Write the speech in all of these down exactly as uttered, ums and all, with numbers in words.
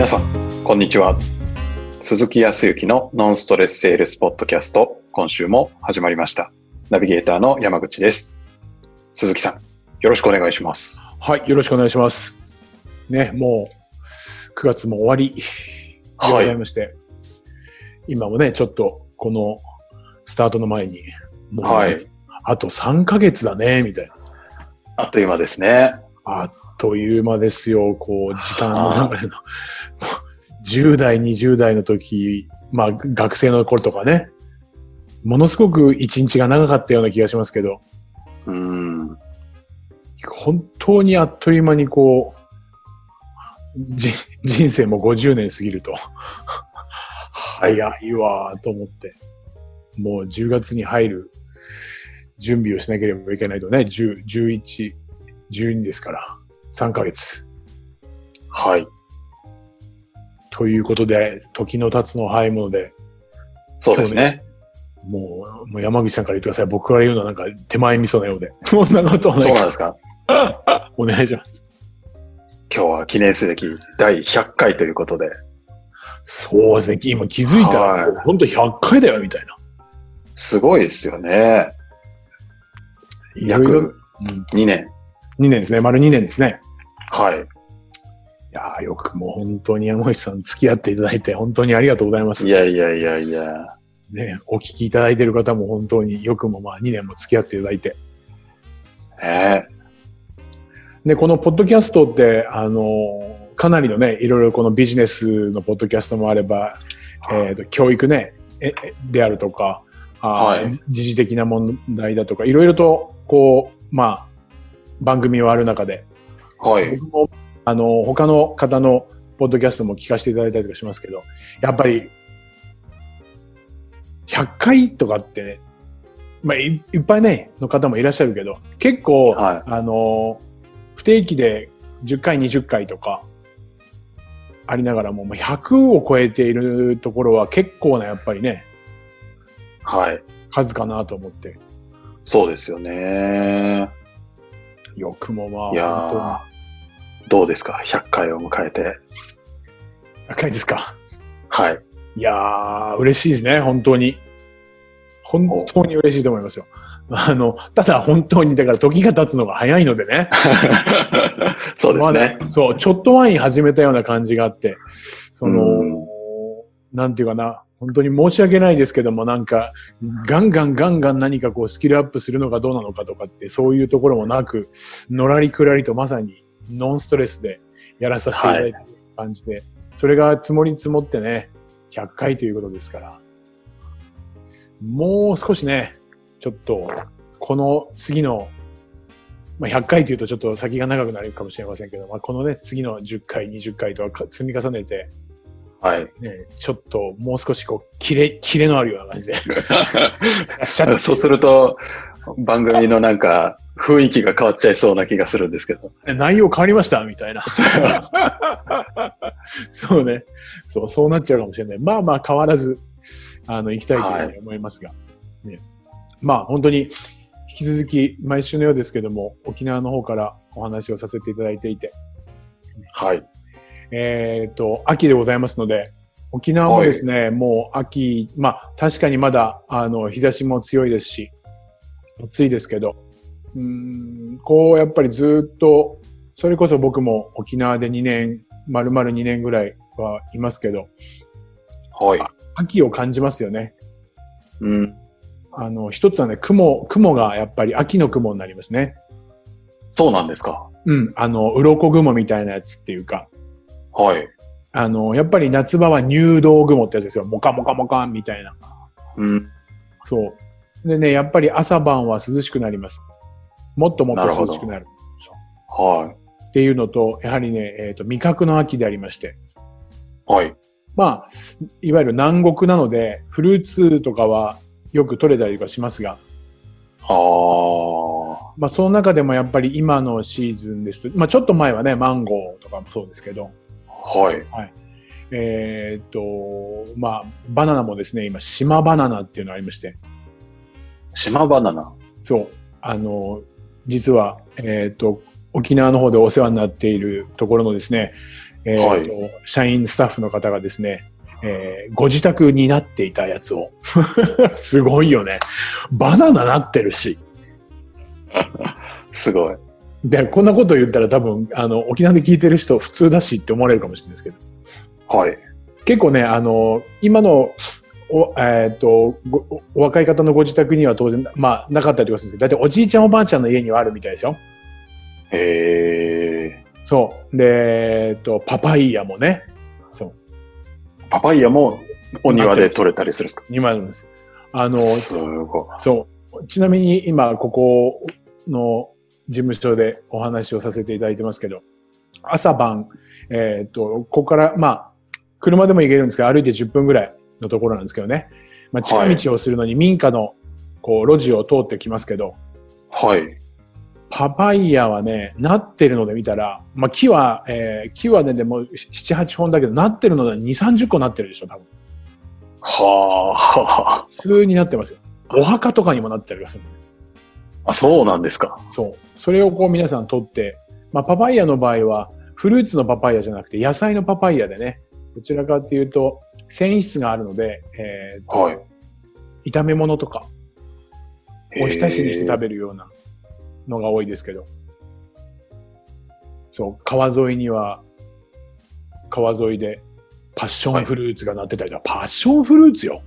皆さんこんにちは。鈴木康之のノンストレスセールスポッドキャスト、今週も始まりました。ナビゲーターの山口です。鈴木さん、よろしくお願いします。 はい、よろしくお願いします。ね、もうくがつも終わりでございまして、はい、今もねちょっとこのスタートの前にもう、ね、はい、あとさんかげつだねみたいな。 あっという間ですね。 あっという間ですよ。こう時間の流れのじゅう代にじゅう代の時、まあ学生の頃とかね、ものすごく一日が長かったような気がしますけど、 うーん、 本当にあっという間にこうじ人生もごじゅうねん過ぎると早いわと思って、もうじゅうがつに入る準備をしなければいけないとね、じゅう、じゅういち、じゅうにですからさんかげつ。 はい。 ということで、時の経つの早いもので。 そうですね。 もう、もう山口さんから言ってください。僕から言うのはなんか手前味噌のようで。そんなことはない。 そうなんですか。 お願いします。 今日は記念すべきだいひゃっかいということで。 そうですね。今気づいたら、ほんとひゃっかいだよ、みたいな。 すごいですよね。約にねん。 にねんですね。丸にねんですね。 はい。 いやー、よくもう本当に山口さん付き合っていただいて本当にありがとうございます。 いやいやいやいや。 ね、お聞きいただいている方も本当によくもまあにねんも付き合っていただいて。 えー、で、このポッドキャストって、あのー、かなりのね、いろいろこのビジネスのポッドキャストもあれば、えーと、教育ね、えであるとか、あ、はい、時事的な問題だとか、いろいろとこう、まあ、番組はある中で、 はい、 僕もあの他の方のポッドキャストも聞かせていただいたりとかしますけど、やっぱりひゃっかいとかってね、まあ、い, いっぱいねの方もいらっしゃるけど、結構、はい、あの不定期でじゅっかいにじゅっかいとかありながらもひゃくを超えているところは結構なやっぱりね、 はい、 数かなと思って。 そうですよね。 よくもまあ、 いやー、どうですか、ひゃっかいを迎えて。 ひゃっかいですか。 はい。 いやー、嬉しいですね、本当に。本当に嬉しいと思いますよ。あの、ただ本当に、だから時が経つのが早いのでね。 そうですね、 まだ。そう、ちょっと前に始めたような感じがあって、その、なんていうかな、本当に申し訳ないですけども、なんか、ガンガンガンガン何かこうスキルアップするのかどうなのかとかって、そういうところもなく、のらりくらりとまさにノンストレスでやらさせていただいている感じで、はい、それが積もり積もってね、ひゃっかいということですから、もう少しね、ちょっと、この次の、まあ、ひゃっかいというとちょっと先が長くなるかもしれませんけど、まあ、このね、次のじゅっかい、にじゅっかいと積み重ねて、 はい。 ね、ちょっともう少しこう、キレ、キレのあるような感じで。 そうすると、番組のなんか、雰囲気が変わっちゃいそうな気がするんですけど。 内容変わりましたみたいな。そうね。そう、そうなっちゃうかもしれない。まあまあ変わらず、あの、行きたいというふうに思いますが。はい、ね、まあ本当に、引き続き毎週のようですけども、沖縄の方からお話をさせていただいていて。 はい。 えっと、秋でございますので、沖縄もですね、はい、もう秋、まあ確かにまだ、あの、日差しも強いですし、暑いですけど、うーん、こうやっぱりずっと、それこそ僕も沖縄でにねん、丸々にねんぐらいはいますけど、 はい。 秋を感じますよね。 うん。 あの、一つはね、雲、雲がやっぱり秋の雲になりますね。 そうなんですか。 うん、あの、鱗雲みたいなやつっていうか、 はい。 あの、やっぱり夏場は入道雲ってやつですよ。モカモカモカみたいな。 うん。 そう。でね、やっぱり朝晩は涼しくなります。もっともっと涼しくなる。 そう。はい。 っていうのと、やはりね、えっと、味覚の秋でありまして。 はい。 まあ、いわゆる南国なので、フルーツとかはよく取れたりとかしますが。 ああ。 まあ、その中でもやっぱり今のシーズンですと、まあ、ちょっと前はね、マンゴーとかもそうですけど。 はい。 はい。えー、っと、まあ、バナナもですね、今、島バナナっていうのがありまして。 島バナナ？ そう。あの、実は、えー、っと、沖縄の方でお世話になっているところのですね、 えーとはい、社員スタッフの方がですね、えー、ご自宅になっていたやつをすごいよね。バナナなってるし。 すごい。 で、こんなこと言ったら多分、あの、沖縄で聞いてる人普通だしって思われるかもしれないですけど。 はい。 結構ね、あの、今の、お、えっ、ー、とお、お若い方のご自宅には当然、まあ、なかったりとかするんですけど、だいたいおじいちゃんおばあちゃんの家にはあるみたいですよ。 へー。 そう。で、えっ、ー、と、パパイヤもね。そう。 パパイヤもお庭で採れたりするんですか？ 庭なんです。あの、 すごい。 そう。ちなみに今、ここの事務所でお話をさせていただいてますけど、朝晩、えっ、ー、と、ここから、まあ、車でも行けるんですけど、歩いてじゅっぷんぐらいのところなんですけどね。まあ、近道をするのに民家の、こう、路地を通ってきますけど、 はい。 パパイヤはね、なってるので見たら、まあ、木は、えー、木はね、でも、なな、はっぽんだけど、なってるのでに、さんじゅっこなってるでしょ、多分。 はあ。 普通になってますよ。お墓とかにもなってるらしい。 あ、そうなんですか。 そう。それをこう皆さん取って、まあ、パパイヤの場合は、フルーツのパパイヤじゃなくて、野菜のパパイヤでね、どちらかというと、繊維質があるので、えーはい、 炒め物とか、おひたしにして食べるようなのが多いですけど、そう、川沿いには、川沿いでパッションフルーツがなってたりとか、はい、パッションフルーツよ。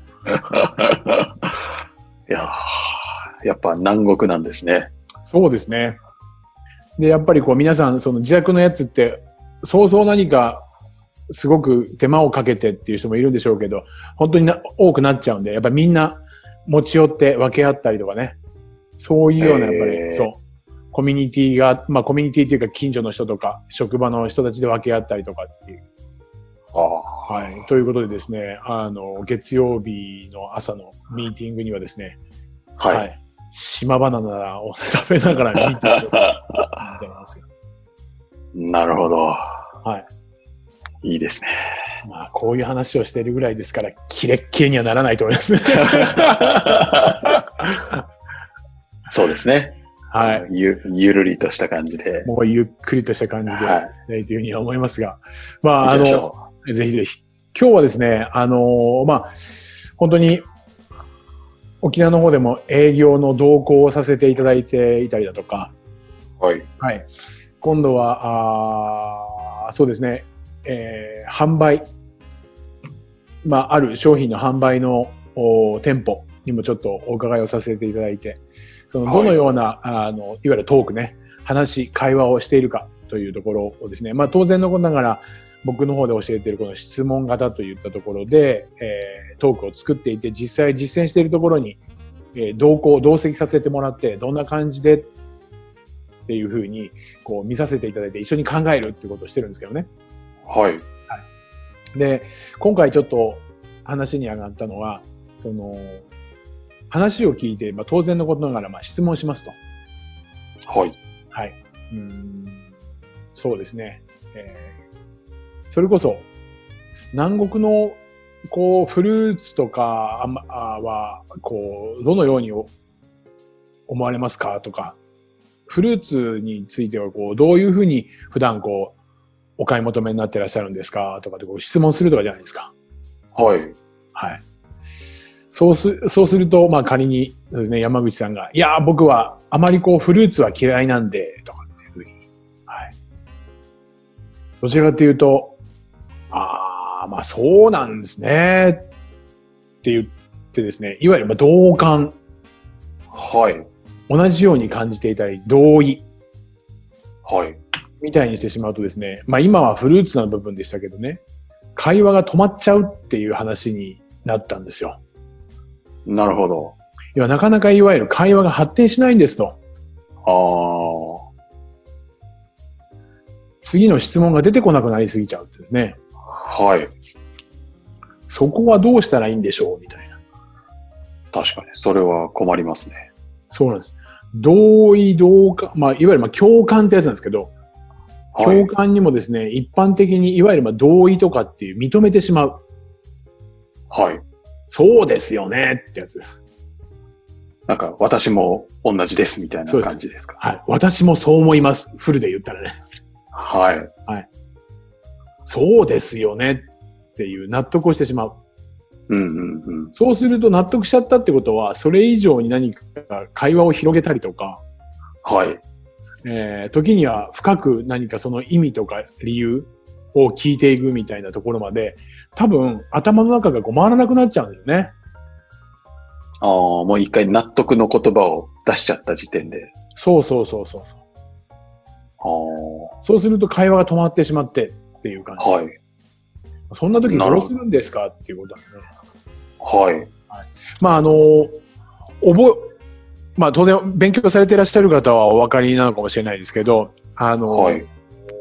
いやー、やっぱ南国なんですね。 そうですね。で、やっぱりこう皆さん、その自宅のやつって、そうそう何か、すごく手間をかけてっていう人もいるんでしょうけど、本当にな多くなっちゃうんで、やっぱりみんな持ち寄って分け合ったりとかね。そういうような、やっぱり、そう、コミュニティが、まあコミュニティっていうか近所の人とか、職場の人たちで分け合ったりとかっていう。 ああ、 はい。ということでですね、あの、月曜日の朝のミーティングにはですね、 はい。はい、 島バナナを食べながらミーティングをしてますよ。 なるほど。 はい。 いいですね。 まあ、こういう話をしているぐらいですから、キレッキレにはならないと思いますね。 そうですね。 はい。 ゆ、ゆるりとした感じで。 もうゆっくりとした感じで、はい、というふうには思いますが。まあ、あの、ぜひぜひ。今日はですね、あの、まあ、本当に、沖縄の方でも営業の同行をさせていただいていたりだとか。 はい。 はい。今度は、あそうですね、えー、販売、まあ、ある商品の販売の店舗にもちょっとお伺いをさせていただいて、そのどのような、はい、あのいわゆるトークね、話、会話をしているかというところをですね、まあ当然のことながら僕の方で教えているこの質問型といったところで、えー、トークを作っていて実際実践しているところに、えー、同行、同席させてもらってどんな感じでっていうふうにこう見させていただいて一緒に考えるっていうことをしてるんですけどね。 はい。はい。 で、今回ちょっと話に上がったのは、その、話を聞いて、まあ、当然のことながら、まあ、質問しますと。 はい。 はい。うーん、そうですね。えー、それこそ、南国の、こう、フルーツとかは、こう、どのように思われますかとか、フルーツについては、こう、どういうふうに普段、こう、お買い求めになってらっしゃるんですかとかってこう質問するとかじゃないですか。 はい。 はい。そうす、そうすると、まあ仮に、そうですね、山口さんが、いや、僕はあまりこうフルーツは嫌いなんで、とかっていうふうに。はい。どちらかというと、ああ、まあそうなんですね。って言ってですね、いわゆるまあ同感。 はい。 同じように感じていたり、同意。 はい。 みたいにしてしまうとですね、まあ今はフルーツの部分でしたけどね、会話が止まっちゃうっていう話になったんですよ。 なるほど。 いや、なかなかいわゆる会話が発展しないんですと。 ああ。 次の質問が出てこなくなりすぎちゃうってですね。 はい。 そこはどうしたらいいんでしょうみたいな。 確かに。それは困りますね。 そうなんです。同意同感、まあ、いわゆるまあ共感ってやつなんですけど、はい、共感にもですね、一般的にいわゆるまあ同意とかっていう認めてしまう。 はい。 そうですよねってやつです。 なんか、私も同じですみたいな感じですか。 はい。私もそう思います。フルで言ったらね。 はい。 はい。 そうですよねっていう納得をしてしまう。 うんうんうん。 そうすると納得しちゃったってことは、それ以上に何か会話を広げたりとか、 はい。 えー、時には深く何かその意味とか理由を聞いていくみたいなところまで、多分頭の中がこう回らなくなっちゃうんだよね。 ああ、もう一回納得の言葉を出しちゃった時点で。 そうそうそうそうそう。 ああ。 そうすると会話が止まってしまってっていう感じ。 はい。 そんな時どうするんですかっていうことだね。 はい。 はい、まああの、覚え、まあ当然勉強されていらっしゃる方はお分かりなのかもしれないですけど、あの、 はい、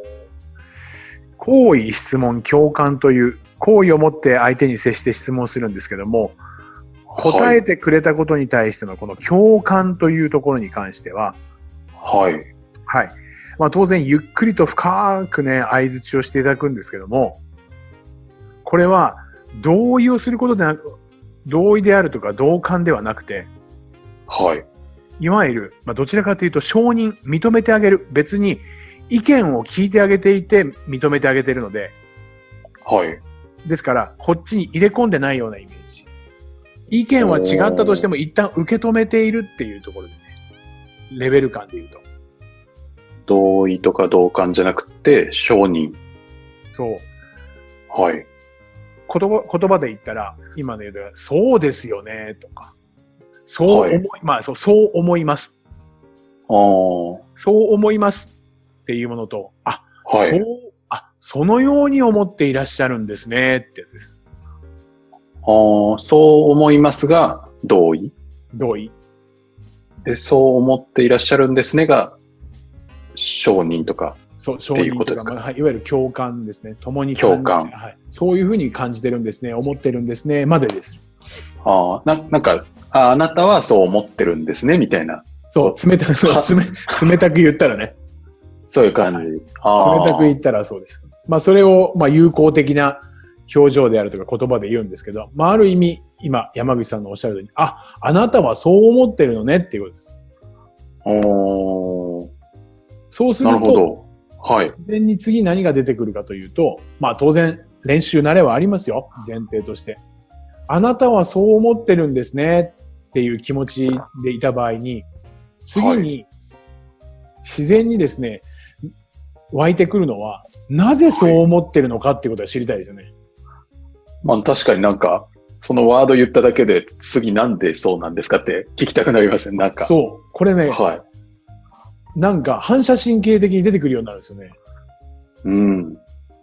好意、質問、共感という好意を持って相手に接して質問するんですけども、答えてくれたことに対してのこの共感というところに関しては、 はい。 はい。まあ当然ゆっくりと深くね、相づちをしていただくんですけども、これは同意をすることでなく、同意であるとか同感ではなくて、 はい。 いわゆる、まあどちらかというと承認、認めてあげる。別に意見を聞いてあげていて認めてあげているので、 はい。 ですから、こっちに入れ込んでないようなイメージ。意見は違ったとしても一旦受け止めているっていうところですね。レベル感で言うと。 同意とか同感じゃなくて、承認。 そう。 はい。 言葉、言葉で言ったら、今の言うと、そうですよね、とか。そう思い、はい、まあそう、そう思います。 ああ。 そう思いますっていうものと、あ、 はい。 そう、あ、そのように思っていらっしゃるんですね、ってやつです。 ああ、そう思いますが、同意同意。 で、そう思っていらっしゃるんですねが、承認とか。 そう、承認とか、まあ、はい、いわゆる共感ですね。共に共感。 はい。そういうふうに感じてるんですね。思ってるんですね。までです。 ああ、な、なんか、あ、あなたはそう思ってるんですね、みたいな。 そう、冷たく、そう冷、冷たく言ったらね。 そういう感じ。 はい、冷たく言ったらそうです。まあ、それを、まあ、友好的な表情であるとか言葉で言うんですけど、まあ、ある意味、今、山口さんのおっしゃるように、あ、あなたはそう思ってるのねっていうことです。 おー。 そうすると、 なるほど。はい。 自然に次何が出てくるかというと、まあ当然練習慣れはありますよ。前提として。あなたはそう思ってるんですねっていう気持ちでいた場合に、次に自然にですね、湧いてくるのは、なぜそう思ってるのかっていうことは知りたいですよね。 まあ確かになんか、そのワード言っただけで次なんでそうなんですかって聞きたくなりますね。なんか。 そう。これね。 はい。 なんか反射神経的に出てくるようになるんですよね。 うん。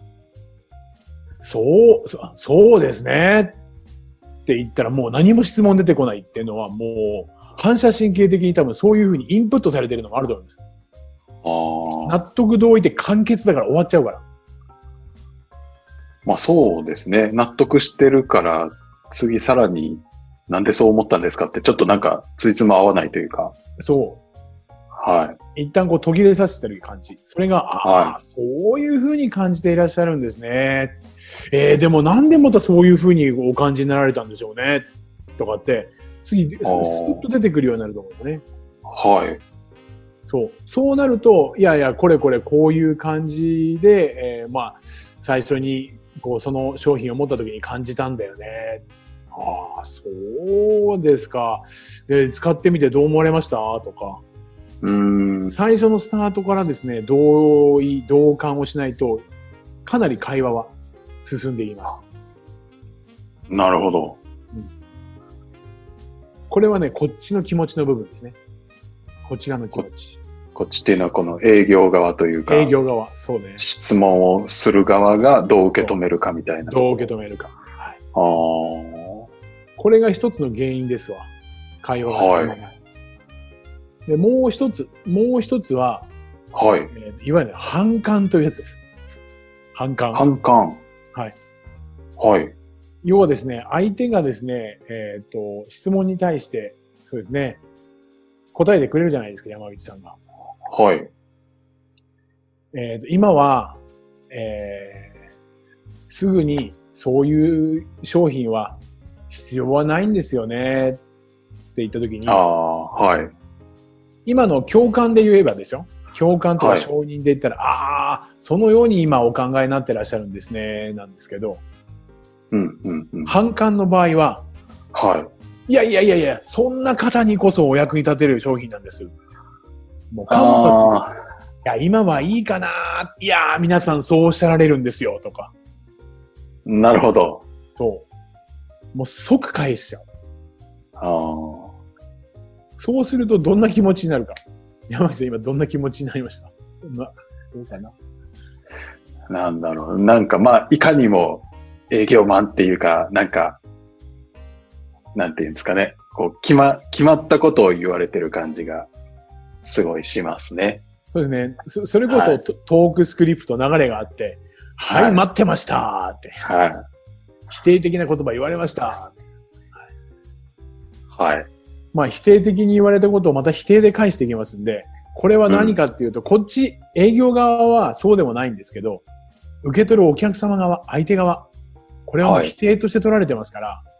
そう、そうですねって言ったらもう何も質問出てこないっていうのはもう反射神経的に多分そういうふうにインプットされてるのがあると思います。 ああ。 納得同意って完結だから終わっちゃうから。 まあそうですね。納得してるから次さらになんでそう思ったんですかってちょっとなんかついつま合わないというか。 そう。 はい。 一旦こう途切れさせてる感じ。それが、ああ、はい、そういう風に感じていらっしゃるんですね。えー、でもなんでまたそういう風にお感じになられたんでしょうね。とかって、次、スッと出てくるようになると思うんですね。 はい。 そう。そうなると、いやいや、これこれこういう感じで、えー、まあ、最初に、こう、その商品を持った時に感じたんだよね。ああ、そうですか。で、使ってみてどう思われましたとか。 うん最初のスタートからですね、同意、同感をしないと、かなり会話は進んでいます。 なるほど、 うん。これはね、こっちの気持ちの部分ですね。こちらの気持ち。 こ, こっちっていうのはこの営業側というか。 営業側、そうね。 質問をする側がどう受け止めるかみたいな。 どう受け止めるか。はい、 あこれが一つの原因ですわ。会話が進まない。はい、で、もう一つ、もう一つは、 はい。 えー、いわゆる反感というやつです。反感。 反感。 はい。 はい。 要はですね、相手がですね、えっと、質問に対して、そうですね、答えてくれるじゃないですか、山口さんが。 はい。 えっと、今は、えー、すぐにそういう商品は必要はないんですよね、って言ったときに。 ああ、はい。 今の共感で言えばですよ。共感とか承認で言ったら、はい、ああ、そのように今お考えになってらっしゃるんですね、なんですけど、 うんうんうん。 反感の場合は、 はい。 いやいやいやいや、そんな方にこそお役に立てる商品なんです。もう間髪、 あいや、今はいいかな、いや、皆さんそうおっしゃられるんですよ、とか。 ー、なるほど。 そう。もう即返しちゃう。 あーそうするとどんな気持ちになるか。山口さん、今どんな気持ちになりました？まあ、どうかな。 なんだろう。なんかまあ、いかにも営業マンっていうか、なんか、なんていうんですかね。こう、決ま、決まったことを言われてる感じが、すごいしますね。 そうですね。そ, それこそ、 はい、 トークスクリプト流れがあって、はい、はい、待ってましたって。 はい。 否定的な言葉言われました。 はい。 まあ、否定的に言われたことをまた否定で返していきますんで、これは何かっていうと、うん、こっち、営業側はそうでもないんですけど、受け取るお客様側、相手側、これはもう否定として取られてますから、はい、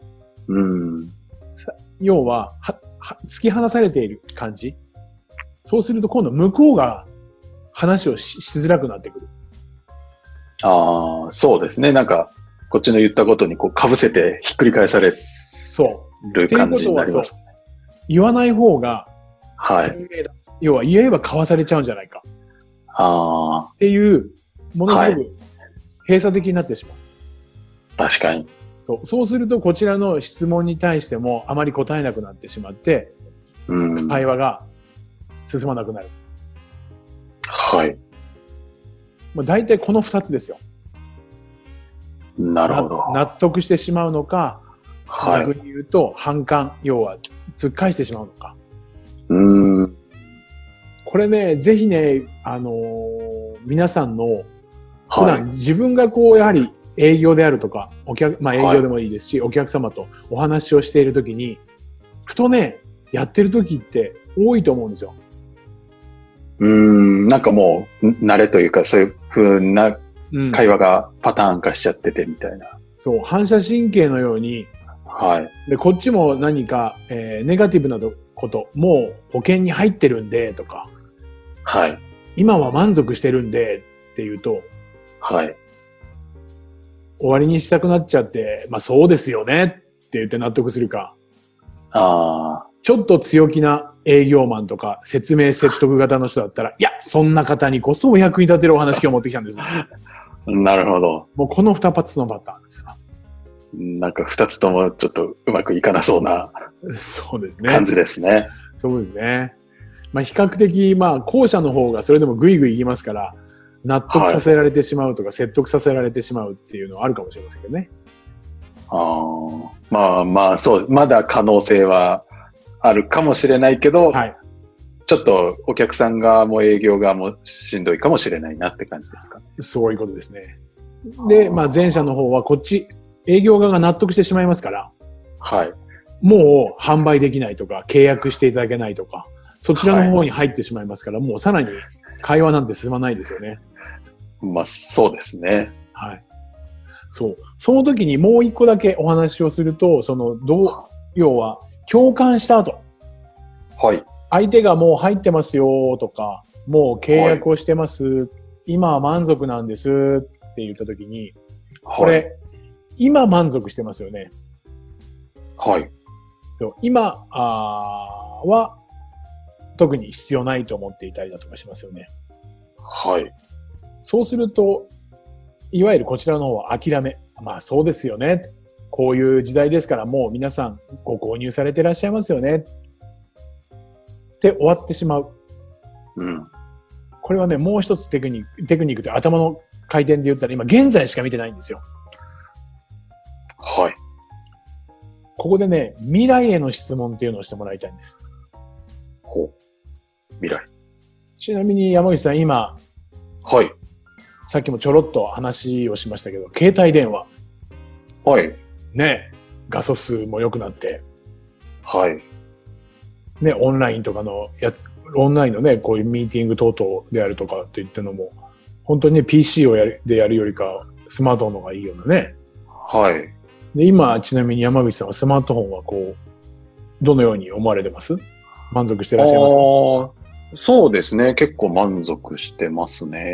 うん、 要はは、は、突き放されている感じ。そうすると今度向こうが話を し, しづらくなってくる。 ああ、そうですね。なんか、こっちの言ったことにこう被せてひっくり返される感じになります。 言わない方が、 はい。 要は言えば買わされちゃうんじゃないか。 ああ。 っていう、ものすごく閉鎖的になってしまう。 確かに。 そう。そうすると、こちらの質問に対してもあまり答えなくなってしまって、うん、会話が進まなくなる。 はい。 まあ、大体この二つですよ。 なるほど。 納得してしまうのか、 はい、 逆に言うと反感、要は突っ返してしまうのか。 うーん。これね、ぜひね、あのー、皆さんの普段自分がこうやはり営業であるとか、お客、まあ営業でもいいですし、はい、お客様とお話をしているときに、ふとね、やってるときって多いと思うんですよ。 うーん、なんかもう慣れというか、そういう風な会話がパターン化しちゃっててみたいな。 うん、そう、反射神経のように、 はい。 で、こっちも何か、えー、ネガティブなこと、もう保険に入ってるんで、とか。 はい。 今は満足してるんで、って言うと。 はい。 終わりにしたくなっちゃって、まあそうですよね、って言って納得するか。 ああ。 ちょっと強気な営業マンとか、説明説得型の人だったら、いや、そんな方にこそお役に立てるお話今日持ってきたんですね。 なるほど。 もうこの二発のパターンです。 なんか二つともちょっとうまくいかなそうなそうですね。 感じですね。 そうですね。まあ比較的、まあ後者の方がそれでもグイグイいきますから、納得させられてしまうとか、はい、説得させられてしまうっていうのはあるかもしれませんけどね。 ああ、まあまあそう、まだ可能性はあるかもしれないけど、はい、ちょっとお客さん側も営業側もしんどいかもしれないなって感じですかね。 そういうことですね。で、まあ前者の方はこっち、営業側が納得してしまいますから、 はい。 もう販売できないとか、契約していただけないとか、そちらの方に入ってしまいますから、はい、もうさらに会話なんて進まないですよね。 まあ、そうですね。 はい。そう。その時にもう一個だけお話をすると、その、どう、要は、共感した後。 はい。 相手がもう入ってますよとか、もう契約をしてます。はい、今は満足なんですって言った時に、これ、はい、今満足してますよね。 はい。 そう。今あは、特に必要ないと思っていたりだとかしますよね。 はい。 そうすると、いわゆるこちらの方は諦め。まあそうですよね。こういう時代ですからもう皆さんご購入されてらっしゃいますよね。って終わってしまう。 うん。 これはね、もう一つテクニック、テクニックって頭の回転で言ったら今現在しか見てないんですよ。 はい。 ここでね、未来への質問っていうのをしてもらいたいんです。 ほう。未来。 ちなみに山口さん今、 はい。 さっきもちょろっと話をしましたけど、携帯電話。 はい。 ね、画素数も良くなって。 はい。 ね、オンラインとかのやつ、オンラインのね、こういうミーティング等々であるとかって言ってのも、本当にね、ピーシー をやるでやるよりか、スマートフォンの方がいいようなね。 はい。 で、今、ちなみに山口さんはスマートフォンはこう、どのように思われてます？満足してらっしゃいますか？ ああ、そうですね。結構満足してますね。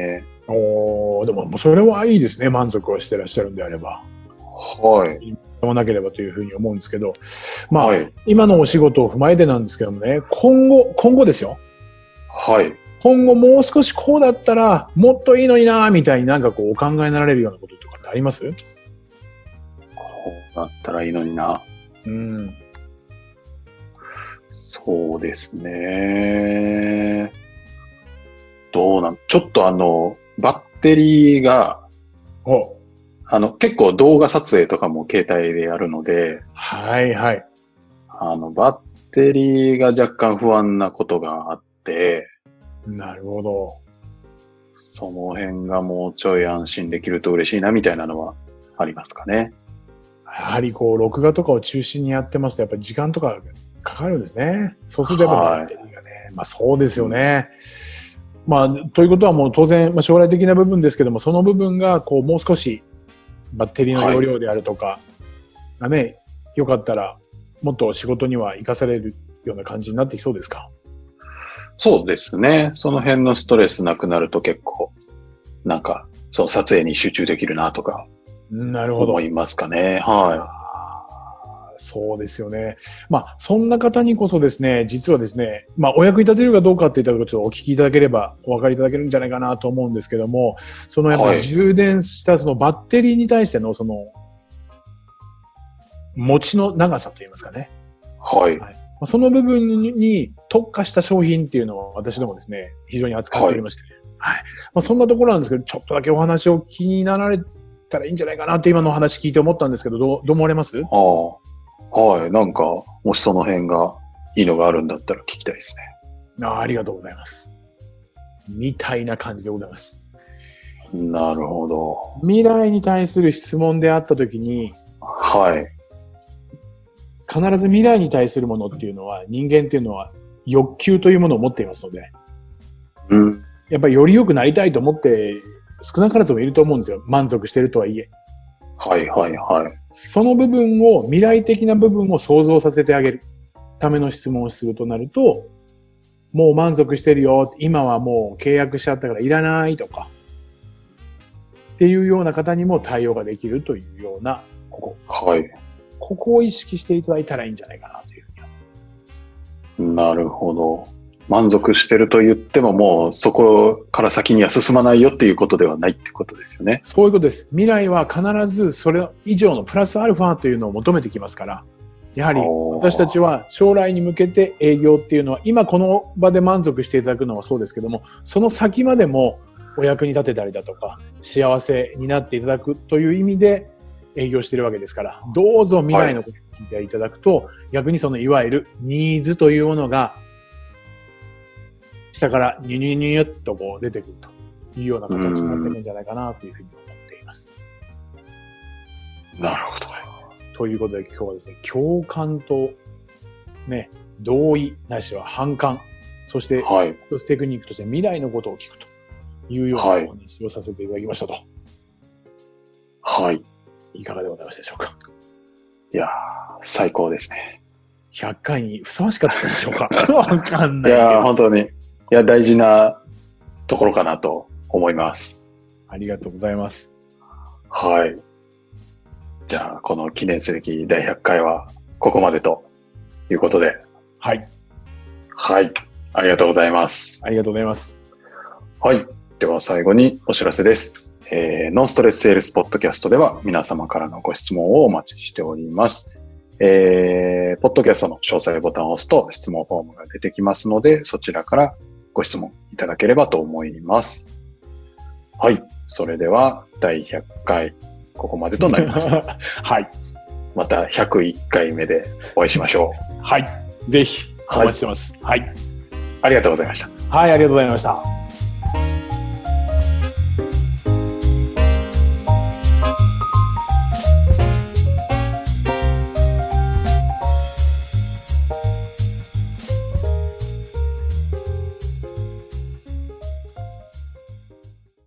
おー、でももうそれはいいですね。満足をしてらっしゃるんであれば。 はい。 もなければというふうに思うんですけど、まあ、 はい。 今のお仕事を踏まえてなんですけどもね、今後、今後ですよ。 はい。 今後もう少しこうだったらもっといいのになみたいになんかこうお考えになられるようなこととかってあります？ こうだったらいいのにな。 うん。 そうですね。どうなん、ちょっとあの、バッテリーが、 お、 あの、結構動画撮影とかも携帯でやるので、 はいはい。 あの、バッテリーが若干不安なことがあって、 なるほど。 その辺がもうちょい安心できると嬉しいなみたいなのはありますかね。 やはりこう、録画とかを中心にやってますと、やっぱり時間とかかかるんですね。そうするとやっぱバッテリーがね、はい、まあそうですよね。うん、まあ、ということはもう当然、まあ、将来的な部分ですけども、その部分がこう、もう少しバッテリーの容量であるとかがね、はい、よかったら、もっと仕事には活かされるような感じになってきそうですか？ そうですね。その辺のストレスなくなると結構、なんか、その撮影に集中できるなとか、 なるほど。 思いますかね。はい。 そうですよね。まあ、そんな方にこそですね、実はですね、まあ、お役に立てるかどうかっていったところをちょっとお聞きいただければお分かりいただけるんじゃないかなと思うんですけども、そのやっぱり充電したそのバッテリーに対してのその、持ちの長さといいますかね。 はい。 はい、その部分に特化した商品っていうのを私どもですね、非常に扱っておりまして、はい。はい、まあ、そんなところなんですけど、ちょっとだけお話を気になられたらいいんじゃないかなって今のお話聞いて思ったんですけど、どう、どう思われます？ ああ、はい。なんか、もしその辺がいいのがあるんだったら聞きたいですね。 ああ、ありがとうございます。みたいな感じでございます。 なるほど。 未来に対する質問であったときに、 はい。 必ず未来に対するものっていうのは、人間っていうのは欲求というものを持っていますので、 うん、 やっぱりより良くなりたいと思って少なからずもいると思うんですよ。満足してるとはいえ。 はいはいはい。 その部分を、未来的な部分を想像させてあげるための質問をするとなると、もう満足してるよ、今はもう契約しちゃったからいらないとか、っていうような方にも対応ができるというような、ここ。 はい。 ここを意識していただいたらいいんじゃないかなというふうに思います。 なるほど。満足してると言ってももうそこから先には進まないよっていうことではないってことですよね。 そういうことです。未来は必ずそれ以上のプラスアルファというのを求めてきますから、やはり私たちは将来に向けて営業っていうのは今この場で満足していただくのはそうですけども、その先までもお役に立てたりだとか幸せになっていただくという意味で営業しているわけですから、どうぞ未来のことを聞いていただくと、はい、逆にそのいわゆるニーズというものが下からニュニュニュニュッとこう出てくるというような形になっていくんじゃないかなというふうに思っています。 なるほど。 ということで今日はですね、共感とね、同意ないしは反感、そして一つテクニックとして未来のことを聞くというようなお話をさせていただきましたと。 はい。 いかがでございましたでしょうか。 いやー、最高ですね。 ひゃっかいにふさわしかったでしょうか。わかんない。 いやー、本当に。いや、大事なところかなと思います。 ありがとうございます。 はい。じゃあ、この記念すべきだいひゃっかいはここまでということで。 はい。 はい。ありがとうございます。 ありがとうございます。 はい。では最後にお知らせです。えー、ノンストレスセールスポッドキャストでは皆様からのご質問をお待ちしております。えー、ポッドキャストの詳細ボタンを押すと質問フォームが出てきますので、そちらからご質問いただければと思います。はい。それではだいひゃっかい、ここまでとなります。 はい。 またひゃくいっかいめでお会いしましょう。はい。ぜひお待ちしてます。はい。はい、 ありがとうございました。 はい、ありがとうございました。